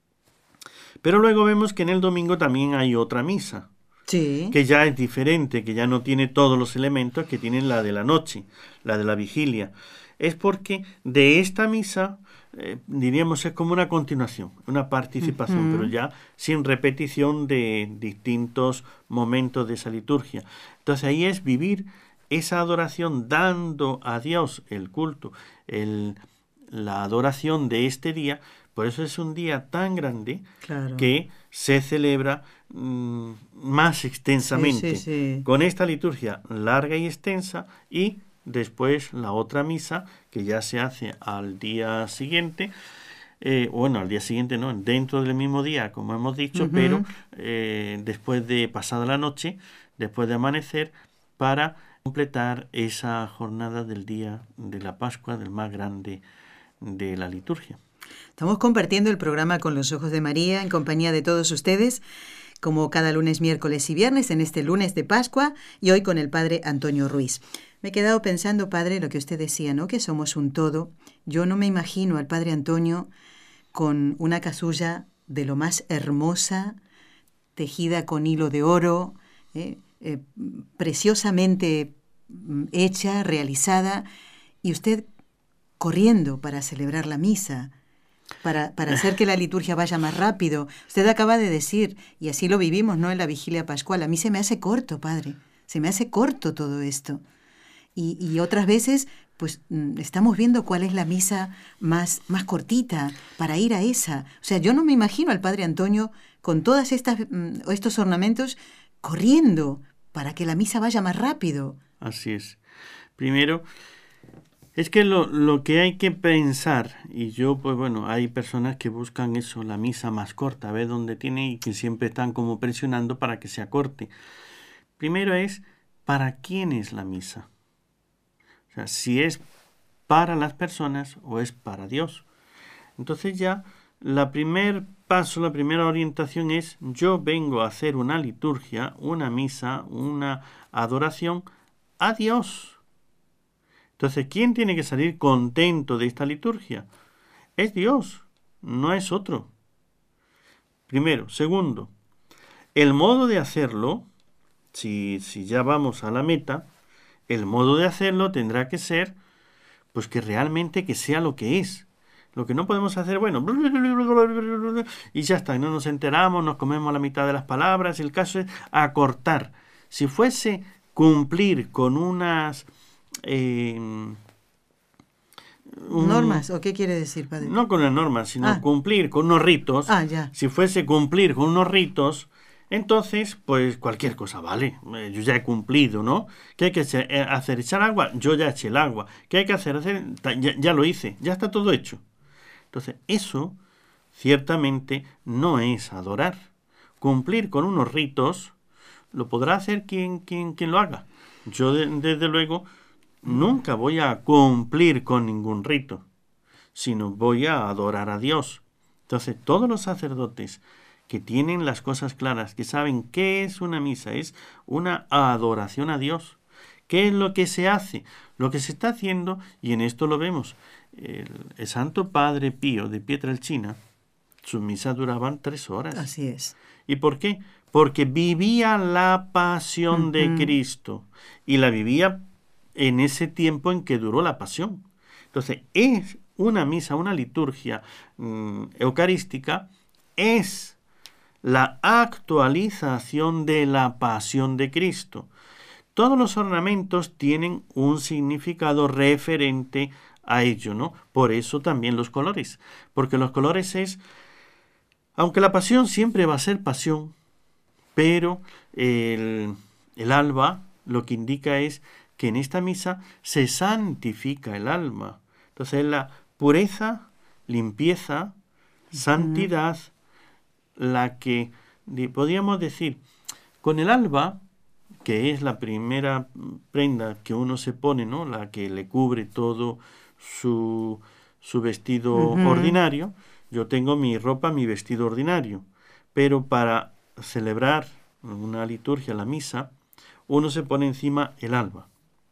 Pero luego vemos que en el domingo también hay otra misa, sí. que ya es diferente, que ya no tiene todos los elementos que tiene la de la noche, la de la vigilia. Es porque de esta misa, eh, diríamos, es como una continuación, una participación, uh-huh. pero ya sin repetición de distintos momentos de esa liturgia. Entonces ahí es vivir esa adoración dando a Dios el culto, el, la adoración de este día. Por eso es un día tan grande claro. que se celebra mmm, más extensamente, sí, sí, sí. con esta liturgia larga y extensa, y después la otra misa que ya se hace al día siguiente, eh, bueno, al día siguiente no, dentro del mismo día, como hemos dicho, uh-huh. pero eh, después de pasada la noche, después de amanecer, para completar esa jornada del día de la Pascua, del más grande de la liturgia. Estamos compartiendo el programa Con los Ojos de María en compañía de todos ustedes, como cada lunes, miércoles y viernes, en este lunes de Pascua, y hoy con el padre Antonio Ruiz. Me he quedado pensando, padre, lo que usted decía, ¿no? Que somos un todo. Yo no me imagino al padre Antonio con una casulla de lo más hermosa, tejida con hilo de oro, eh, eh, preciosamente hecha, realizada, y usted corriendo para celebrar la misa, para, para hacer que la liturgia vaya más rápido. Usted acaba de decir, y así lo vivimos, ¿no?, en la vigilia pascual. A mí se me hace corto, padre, se me hace corto todo esto. Y, y otras veces, pues, estamos viendo cuál es la misa más, más cortita para ir a esa. O sea, yo no me imagino al padre Antonio con todas estas estos ornamentos corriendo para que la misa vaya más rápido. Así es. Primero, es que lo, lo que hay que pensar, y yo, pues bueno, hay personas que buscan eso, la misa más corta, a ver dónde tiene, y que siempre están como presionando para que sea corte. Primero es, ¿para quién es la misa? O sea, si es para las personas o es para Dios. Entonces ya, la primer paso, la primera orientación es, yo vengo a hacer una liturgia, una misa, una adoración a Dios. Entonces, ¿quién tiene que salir contento de esta liturgia? Es Dios, no es otro. Primero. Segundo, el modo de hacerlo, si, si ya vamos a la meta, el modo de hacerlo tendrá que ser, pues que realmente que sea lo que es. Lo que no podemos hacer, bueno, y ya está, y no nos enteramos, nos comemos la mitad de las palabras. El caso es acortar. Si fuese cumplir con unas... Eh, un, ¿Normas? ¿O qué quiere decir, padre? No con las normas, sino ah. cumplir con unos ritos. Ah, ya. Si fuese cumplir con unos ritos, entonces, pues cualquier cosa vale. Yo ya he cumplido, ¿no? ¿Qué hay que hacer? ¿Echar agua? Yo ya eché el agua. ¿Qué hay que hacer? hacer ya, ya lo hice, ya está todo hecho. Entonces, eso ciertamente no es adorar. Cumplir con unos ritos lo podrá hacer quien, quien, quien lo haga. Yo, de, desde luego, nunca voy a cumplir con ningún rito, sino voy a adorar a Dios. Entonces, todos los sacerdotes que tienen las cosas claras, que saben qué es una misa, es una adoración a Dios. ¿Qué es lo que se hace? Lo que se está haciendo, y en esto lo vemos, el, el Santo Padre Pío de Pietrelcina, sus misas duraban tres horas. Así es. ¿Y por qué? Porque vivía la pasión uh-huh. de Cristo, y la vivía en ese tiempo en que duró la pasión. Entonces, es una misa, una liturgia mmm, eucarística, es la actualización de la pasión de Cristo. Todos los ornamentos tienen un significado referente a ello, ¿no? Por eso también los colores, porque los colores es, aunque la pasión siempre va a ser pasión, pero el, el alba lo que indica es que en esta misa se santifica el alma. Entonces es la pureza, limpieza, santidad, la que podríamos decir, con el alba, que es la primera prenda que uno se pone, ¿no?, la que le cubre todo su, su vestido uh-huh. ordinario. Yo tengo mi ropa, mi vestido ordinario, pero para celebrar una liturgia, la misa, uno se pone encima el alba.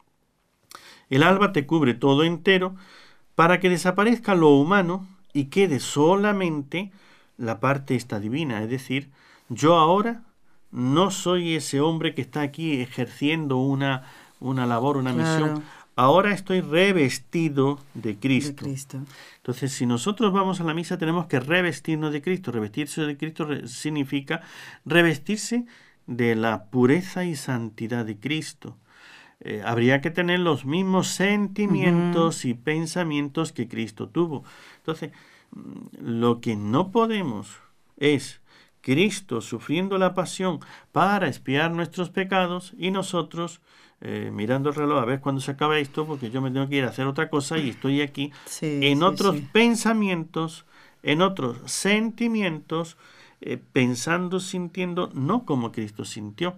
El alba te cubre todo entero para que desaparezca lo humano y quede solamente la parte esta divina, es decir, yo ahora no soy ese hombre que está aquí ejerciendo una, una labor, una claro. misión. Ahora estoy revestido de Cristo. de Cristo. Entonces, si nosotros vamos a la misa, tenemos que revestirnos de Cristo. Revestirse de Cristo re- significa revestirse de la pureza y santidad de Cristo. Eh, habría que tener los mismos sentimientos uh-huh. y pensamientos que Cristo tuvo. Entonces, lo que no podemos es Cristo sufriendo la pasión para expiar nuestros pecados y nosotros eh, mirando el reloj a ver cuándo se acaba esto, porque yo me tengo que ir a hacer otra cosa y estoy aquí sí, en sí, otros sí. pensamientos, en otros sentimientos, eh, pensando, sintiendo, no como Cristo sintió.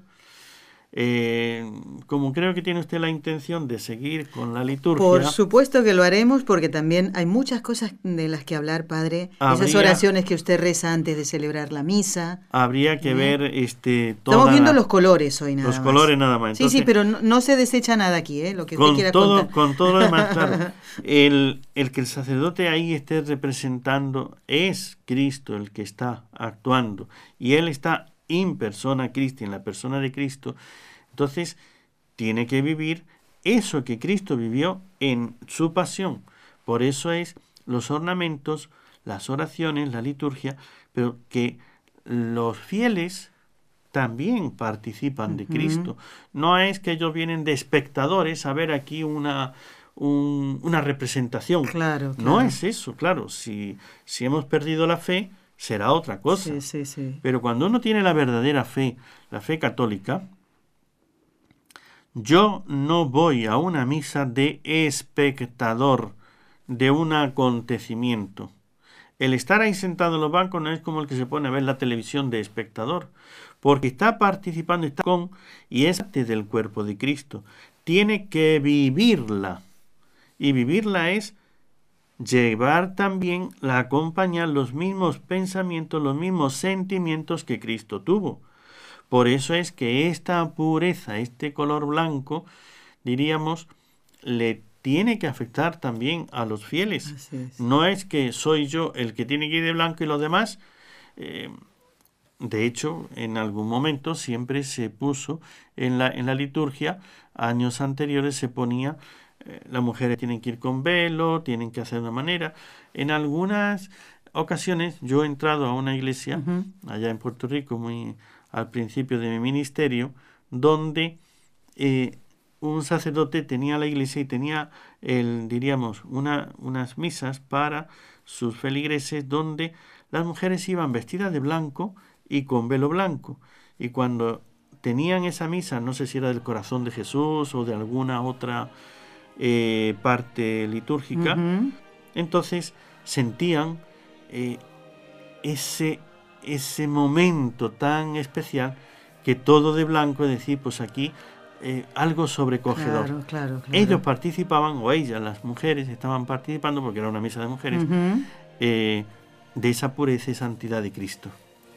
Eh, como creo que tiene usted la intención de seguir con la liturgia. Por supuesto que lo haremos, porque también hay muchas cosas de las que hablar, padre. Habría, esas oraciones que usted reza antes de celebrar la misa. Habría que ¿eh? ver este toda Estamos viendo la, los colores hoy nada los más. Los colores nada más. Entonces, sí, sí, pero no, no se desecha nada aquí, ¿eh? Lo que con usted quiera todo, contar. Con todo lo demás, claro. El, el que el sacerdote ahí esté representando es Cristo el que está actuando. Y él está in persona Christi, en la persona de Cristo. Entonces, tiene que vivir eso que Cristo vivió en su pasión. Por eso es los ornamentos, las oraciones, la liturgia, pero que los fieles también participan de Cristo. No es que ellos vienen de espectadores a ver aquí una, un, una representación. Claro, claro. No es eso, claro. Si, si hemos perdido la fe, será otra cosa. Sí, sí, sí. Pero cuando uno tiene la verdadera fe, la fe católica, yo no voy a una misa de espectador de un acontecimiento. El estar ahí sentado en los bancos no es como el que se pone a ver la televisión de espectador, porque está participando, está con, y es parte del cuerpo de Cristo. Tiene que vivirla. Y vivirla es llevar también, la acompañar los mismos pensamientos, los mismos sentimientos que Cristo tuvo. Por eso es que esta pureza, este color blanco, diríamos, le tiene que afectar también a los fieles. Así es. No es que soy yo el que tiene que ir de blanco y los demás. Eh, de hecho, en algún momento siempre se puso en la, en la liturgia, años anteriores se ponía, eh, las mujeres tienen que ir con velo, tienen que hacer de una manera. En algunas ocasiones yo he entrado a una iglesia, uh-huh. allá en Puerto Rico, muy al principio de mi ministerio, donde eh, un sacerdote tenía la iglesia y tenía, el, diríamos, una, unas misas para sus feligreses donde las mujeres iban vestidas de blanco y con velo blanco. Y cuando tenían esa misa, no sé si era del corazón de Jesús o de alguna otra eh, parte litúrgica, uh-huh. entonces sentían eh, ese, ese momento tan especial que todo de blanco, es decir, pues aquí Eh, algo sobrecogedor. Claro, claro, claro. Ellos participaban, o ellas, las mujeres, estaban participando, porque era una misa de mujeres, uh-huh. eh, de esa pureza y santidad de Cristo.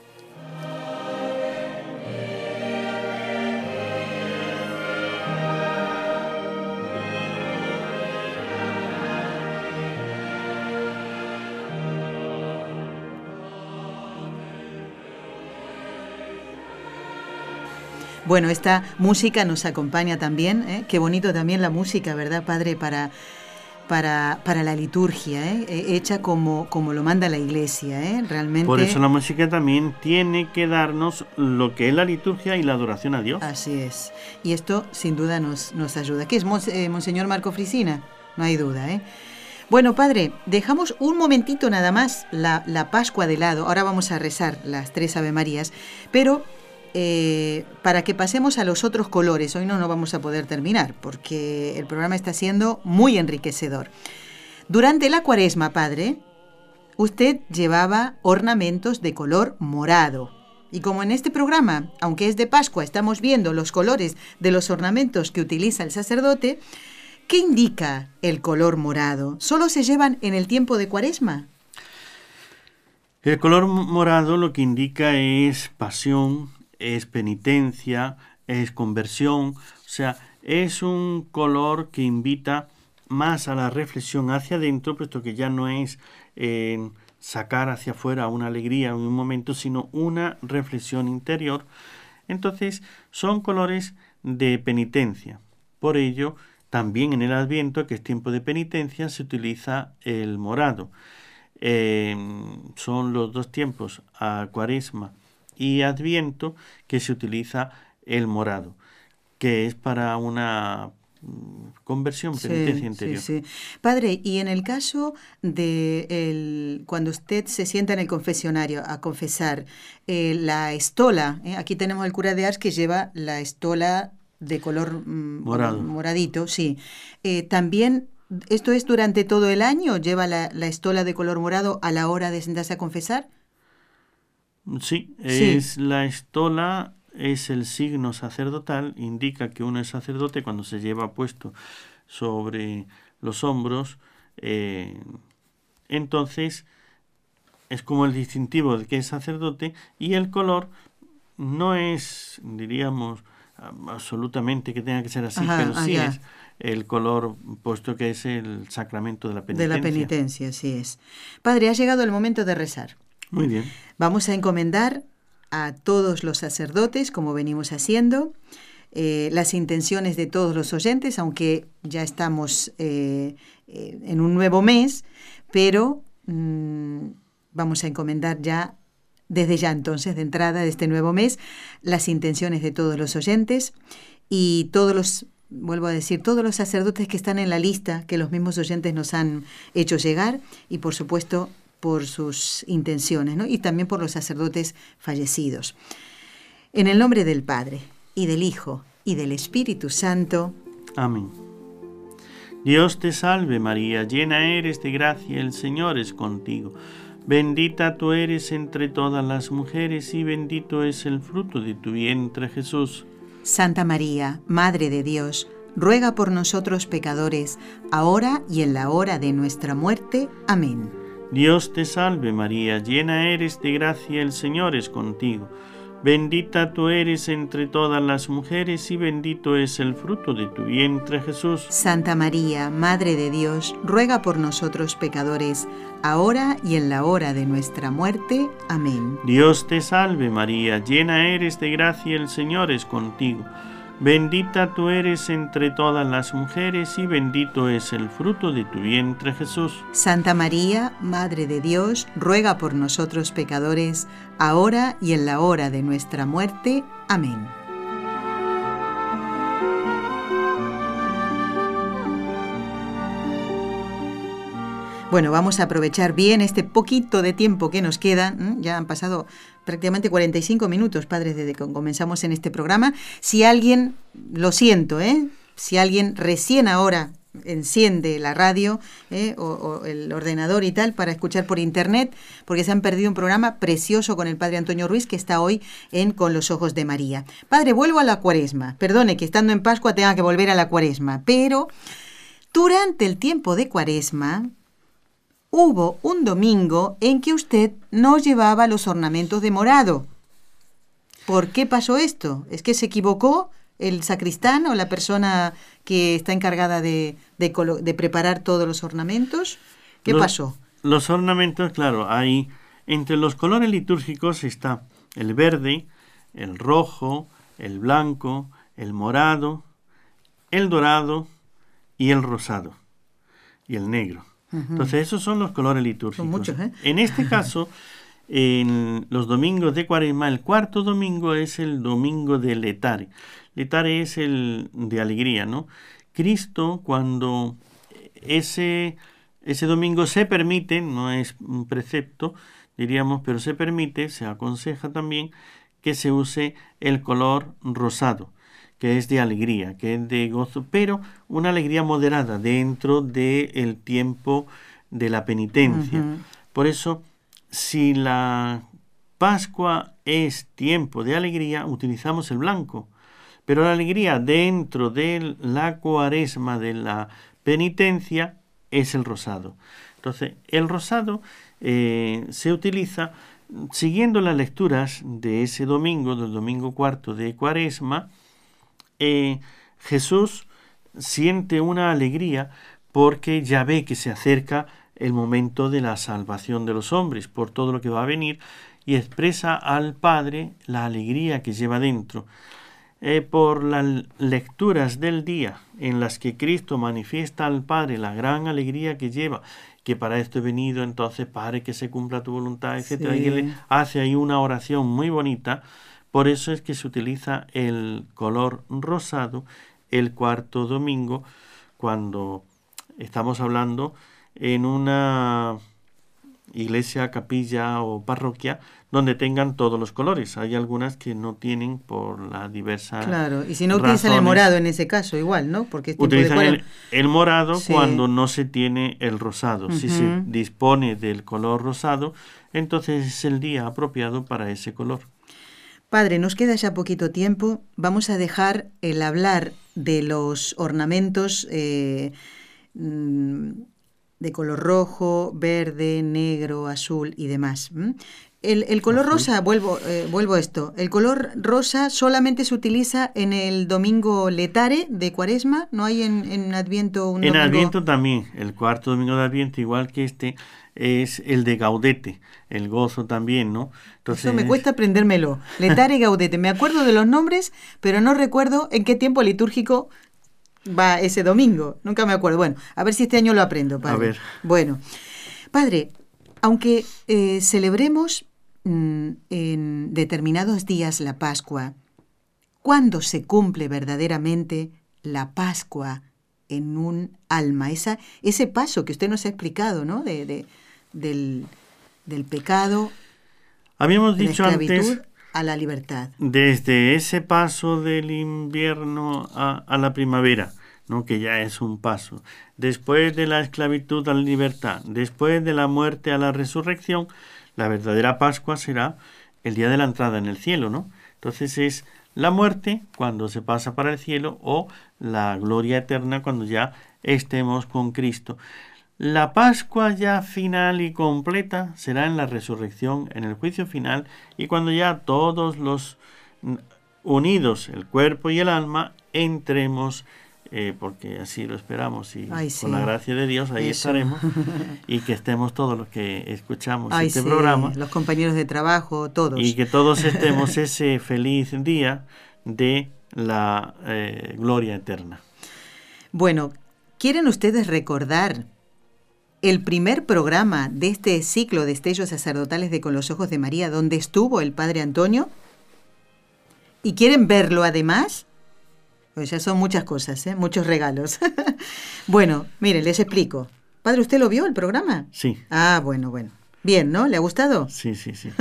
Bueno, esta música nos acompaña también, ¿eh? Qué bonito también la música, ¿verdad, Padre? Para, para, para la liturgia, ¿eh? Hecha como, como lo manda la Iglesia, ¿eh? Realmente. Por eso la música también tiene que darnos lo que es la liturgia y la adoración a Dios. Así es. Y esto sin duda nos, nos ayuda. ¿Qué es eh, Monseñor Marco Frisina? No hay duda, ¿eh? Bueno, Padre, dejamos un momentito nada más la, la Pascua de lado. Ahora vamos a rezar las tres Ave Marías, pero Eh, para que pasemos a los otros colores. Hoy no nos vamos a poder terminar porque el programa está siendo muy enriquecedor. Durante la Cuaresma, Padre, usted llevaba ornamentos de color morado. Y como en este programa, aunque es de Pascua, estamos viendo los colores de los ornamentos que utiliza el sacerdote, ¿qué indica el color morado? ¿Solo se llevan en el tiempo de Cuaresma? El color morado lo que indica es pasión, es penitencia, es conversión, o sea, es un color que invita más a la reflexión hacia adentro, puesto que ya no es eh, sacar hacia afuera una alegría en un momento, sino una reflexión interior. Entonces, son colores de penitencia. Por ello, también en el Adviento, que es tiempo de penitencia, se utiliza el morado. Eh, son los dos tiempos, a Cuaresma y Adviento, que se utiliza el morado, que es para una conversión, penitencia sí, interior. Sí, sí. Padre, y en el caso de el, cuando usted se sienta en el confesionario a confesar, eh, la estola, eh, aquí tenemos el cura de Ars que lleva la estola de color mm, morado, moradito, sí. Eh, también, ¿esto es durante todo el año? ¿Lleva la, la estola de color morado a la hora de sentarse a confesar? Sí, es sí. La estola es el signo sacerdotal, indica que uno es sacerdote cuando se lleva puesto sobre los hombros, eh, entonces es como el distintivo de que es sacerdote, y el color no es, diríamos, absolutamente que tenga que ser así, Ajá, pero sí allá. Es el color, puesto que es el sacramento de la penitencia. De la penitencia, así es. Padre, ha llegado el momento de rezar. Muy bien. Vamos a encomendar a todos los sacerdotes, como venimos haciendo, eh, las intenciones de todos los oyentes, aunque ya estamos eh, eh, en un nuevo mes, pero mmm, vamos a encomendar ya, desde ya entonces, de entrada de este nuevo mes, las intenciones de todos los oyentes y todos los, vuelvo a decir, todos los sacerdotes que están en la lista que los mismos oyentes nos han hecho llegar, y por supuesto por sus intenciones, ¿no? Y también por los sacerdotes fallecidos. En el nombre del Padre, y del Hijo, y del Espíritu Santo. Amén. Dios te salve María, llena eres de gracia, el Señor es contigo. Bendita tú eres entre todas las mujeres, y bendito es el fruto de tu vientre, Jesús. Santa María, Madre de Dios, ruega por nosotros pecadores, ahora y en la hora de nuestra muerte. Amén. Dios te salve María, llena eres de gracia, el Señor es contigo. Bendita tú eres entre todas las mujeres, y bendito es el fruto de tu vientre, Jesús. Santa María, Madre de Dios, ruega por nosotros pecadores, ahora y en la hora de nuestra muerte. Amén. Dios te salve María, llena eres de gracia, el Señor es contigo. Bendita tú eres entre todas las mujeres, y bendito es el fruto de tu vientre, Jesús. Santa María, Madre de Dios, ruega por nosotros pecadores, ahora y en la hora de nuestra muerte. Amén. Bueno, vamos a aprovechar bien este poquito de tiempo que nos queda. Ya han pasado prácticamente cuarenta y cinco minutos, padres, desde que comenzamos en este programa. Si alguien, lo siento, ¿eh? Si alguien recién ahora enciende la radio ¿eh? o, o el ordenador y tal para escuchar por internet, porque se han perdido un programa precioso con el padre Antonio Ruiz, que está hoy en Con los Ojos de María. Padre, vuelvo a la Cuaresma. Perdone que estando en Pascua tenga que volver a la Cuaresma, pero durante el tiempo de Cuaresma hubo un domingo en que usted no llevaba los ornamentos de morado. ¿Por qué pasó esto? ¿Es que se equivocó el sacristán o la persona que está encargada de, de, de preparar todos los ornamentos? ¿Qué los, pasó? Los ornamentos, claro, hay entre los colores litúrgicos está el verde, el rojo, el blanco, el morado, el dorado y el rosado y el negro. Entonces, esos son los colores litúrgicos. Son muchos, ¿eh? En este caso, en los domingos de Cuaresma, el cuarto domingo es el domingo de Letare. Letare es el de alegría, ¿no? Cristo, cuando ese, ese domingo se permite, no es un precepto, diríamos, pero se permite, se aconseja también que se use el color rosado, que es de alegría, que es de gozo, pero una alegría moderada dentro del tiempo de la penitencia. Uh-huh. Por eso, si la Pascua es tiempo de alegría, utilizamos el blanco, pero la alegría dentro de la Cuaresma, de la penitencia, es el rosado. Entonces, el rosado eh, se utiliza siguiendo las lecturas de ese domingo, del domingo cuarto de Cuaresma. Eh, Jesús siente una alegría porque ya ve que se acerca el momento de la salvación de los hombres por todo lo que va a venir, y expresa al Padre la alegría que lleva dentro. Eh, por las lecturas del día en las que Cristo manifiesta al Padre la gran alegría que lleva, que para esto he venido, entonces Padre, que se cumpla tu voluntad, etcétera, sí. Y él hace ahí una oración muy bonita. Por eso es que se utiliza el color rosado el cuarto domingo, cuando estamos hablando en una iglesia, capilla o parroquia donde tengan todos los colores. Hay algunas que no tienen por la diversa Claro, y si no utilizan razones, el morado en ese caso igual, ¿no? Porque es utilizan de el, el morado sí. cuando no se tiene el rosado. Uh-huh. Si se dispone del color rosado, entonces es el día apropiado para ese color. Padre, nos queda ya poquito tiempo. Vamos a dejar el hablar de los ornamentos eh, de color rojo, verde, negro, azul y demás. El, el color Azul. rosa, vuelvo, eh, vuelvo a esto, el color rosa solamente se utiliza en el domingo letare de Cuaresma, ¿no hay en, en Adviento un En domingo? Adviento también, el cuarto domingo de Adviento, igual que este, es el de Gaudete, el gozo también, ¿no? Entonces, Eso me cuesta aprendérmelo, letare y gaudete, me acuerdo de los nombres, pero no recuerdo en qué tiempo litúrgico va ese domingo, nunca me acuerdo. Bueno, a ver si este año lo aprendo, padre. A ver. Bueno, padre, aunque eh, celebremos en determinados días la Pascua, ¿cuándo se cumple verdaderamente la Pascua en un alma? Esa, ese paso que usted nos ha explicado, ¿no? De, de, del, del pecado, habíamos de la dicho esclavitud antes, a la libertad. desde ese paso del invierno a, a la primavera, ¿no? Que ya es un paso. Después de la esclavitud a la libertad, después de la muerte a la resurrección, la verdadera Pascua será el día de la entrada en el cielo, ¿no? Entonces es la muerte cuando se pasa para el cielo o la gloria eterna cuando ya estemos con Cristo. La Pascua ya final y completa será en la resurrección, en el juicio final, y cuando ya todos los unidos, el cuerpo y el alma, entremos Eh, porque así lo esperamos y Ay, sí. con la gracia de Dios ahí Eso. estaremos y que estemos todos los que escuchamos Ay, este sí, programa los compañeros de trabajo, todos. y que todos estemos ese feliz día de la eh, gloria eterna. Bueno, ¿quieren ustedes recordar el primer programa de este ciclo de Destellos Sacerdotales de Con los Ojos de María, donde estuvo el Padre Antonio? ¿Y quieren verlo además? Pues ya son muchas cosas, ¿eh? Muchos regalos. Bueno, miren, les explico. Padre, ¿usted lo vio el programa? Sí. Ah, bueno, bueno. Bien, ¿no? ¿Le ha gustado? Sí, sí, sí.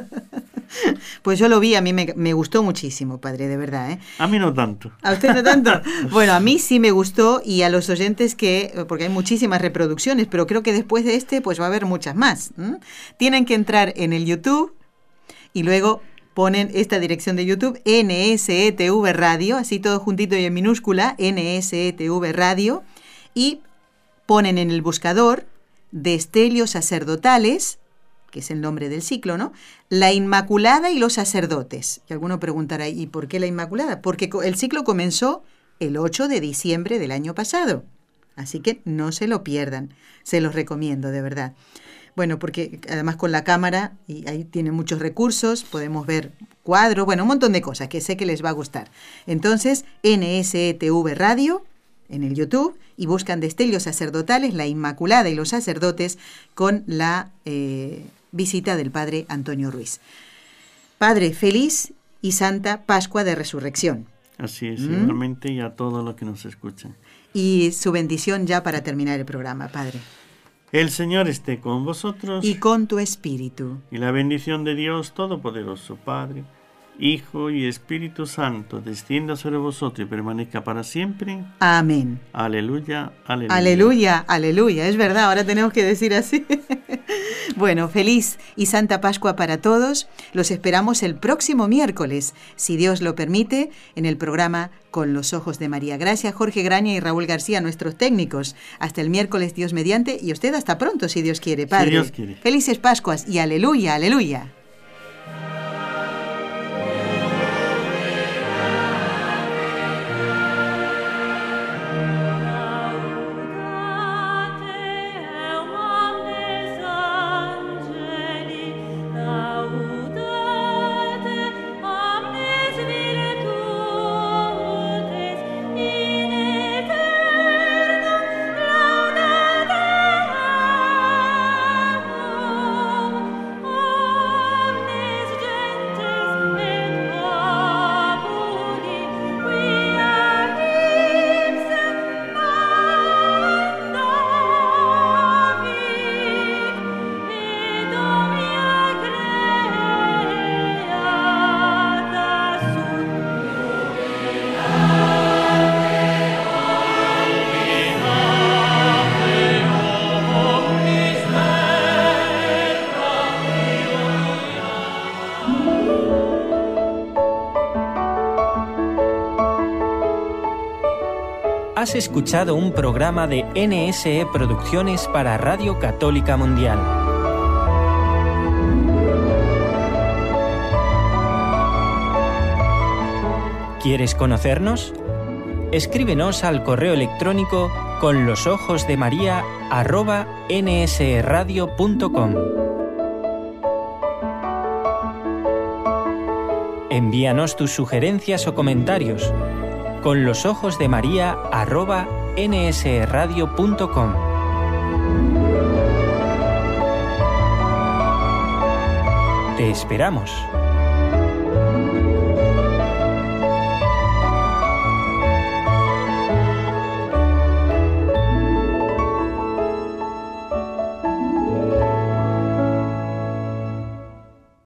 Pues yo lo vi, a mí me, me gustó muchísimo, padre, de verdad, ¿eh? A mí no tanto. ¿A usted no tanto? Bueno, a mí sí me gustó y a los oyentes que, porque hay muchísimas reproducciones, pero creo que después de este pues va a haber muchas más. ¿m? Tienen que entrar en el YouTube y luego ponen esta dirección de YouTube, N S E T V Radio, así todo juntito y en minúscula, N S E T V Radio, y ponen en el buscador Destellos Sacerdotales, que es el nombre del ciclo, ¿no? La Inmaculada y los sacerdotes. Y alguno preguntará, ¿y por qué la Inmaculada? Porque el ciclo comenzó el ocho de diciembre del año pasado. Así que no se lo pierdan. Se los recomiendo, de verdad. Bueno, porque además con la cámara, y ahí tienen muchos recursos, podemos ver cuadros, bueno, un montón de cosas que sé que les va a gustar. Entonces, N S E T V Radio en el YouTube y buscan Destellos Sacerdotales, la Inmaculada y los sacerdotes con la eh, visita del Padre Antonio Ruiz. Padre, feliz y santa Pascua de Resurrección. Así es, ¿Mm? igualmente, y a todos los que nos escuchan. Y su bendición ya para terminar el programa, Padre. El Señor esté con vosotros Y con tu espíritu. y la bendición de Dios Todopoderoso, Padre, Hijo y Espíritu Santo, descienda sobre vosotros y permanezca para siempre. Amén. Aleluya, aleluya. Aleluya, aleluya. Es verdad, ahora tenemos que decir así. Bueno, feliz y santa Pascua para todos. Los esperamos el próximo miércoles, si Dios lo permite, en el programa Con los Ojos de María. Gracias, Jorge Graña y Raúl García, nuestros técnicos. Hasta el miércoles, Dios mediante, y usted hasta pronto, si Dios quiere, Padre. Si Dios quiere. Felices Pascuas y aleluya, aleluya. Has escuchado un programa de N S E Producciones para Radio Católica Mundial. ¿Quieres conocernos? Escríbenos al correo electrónico con los ojos de María arroba nsradio punto com. Envíanos tus sugerencias o comentarios con los ojos de María arroba nsradio punto com. Te esperamos.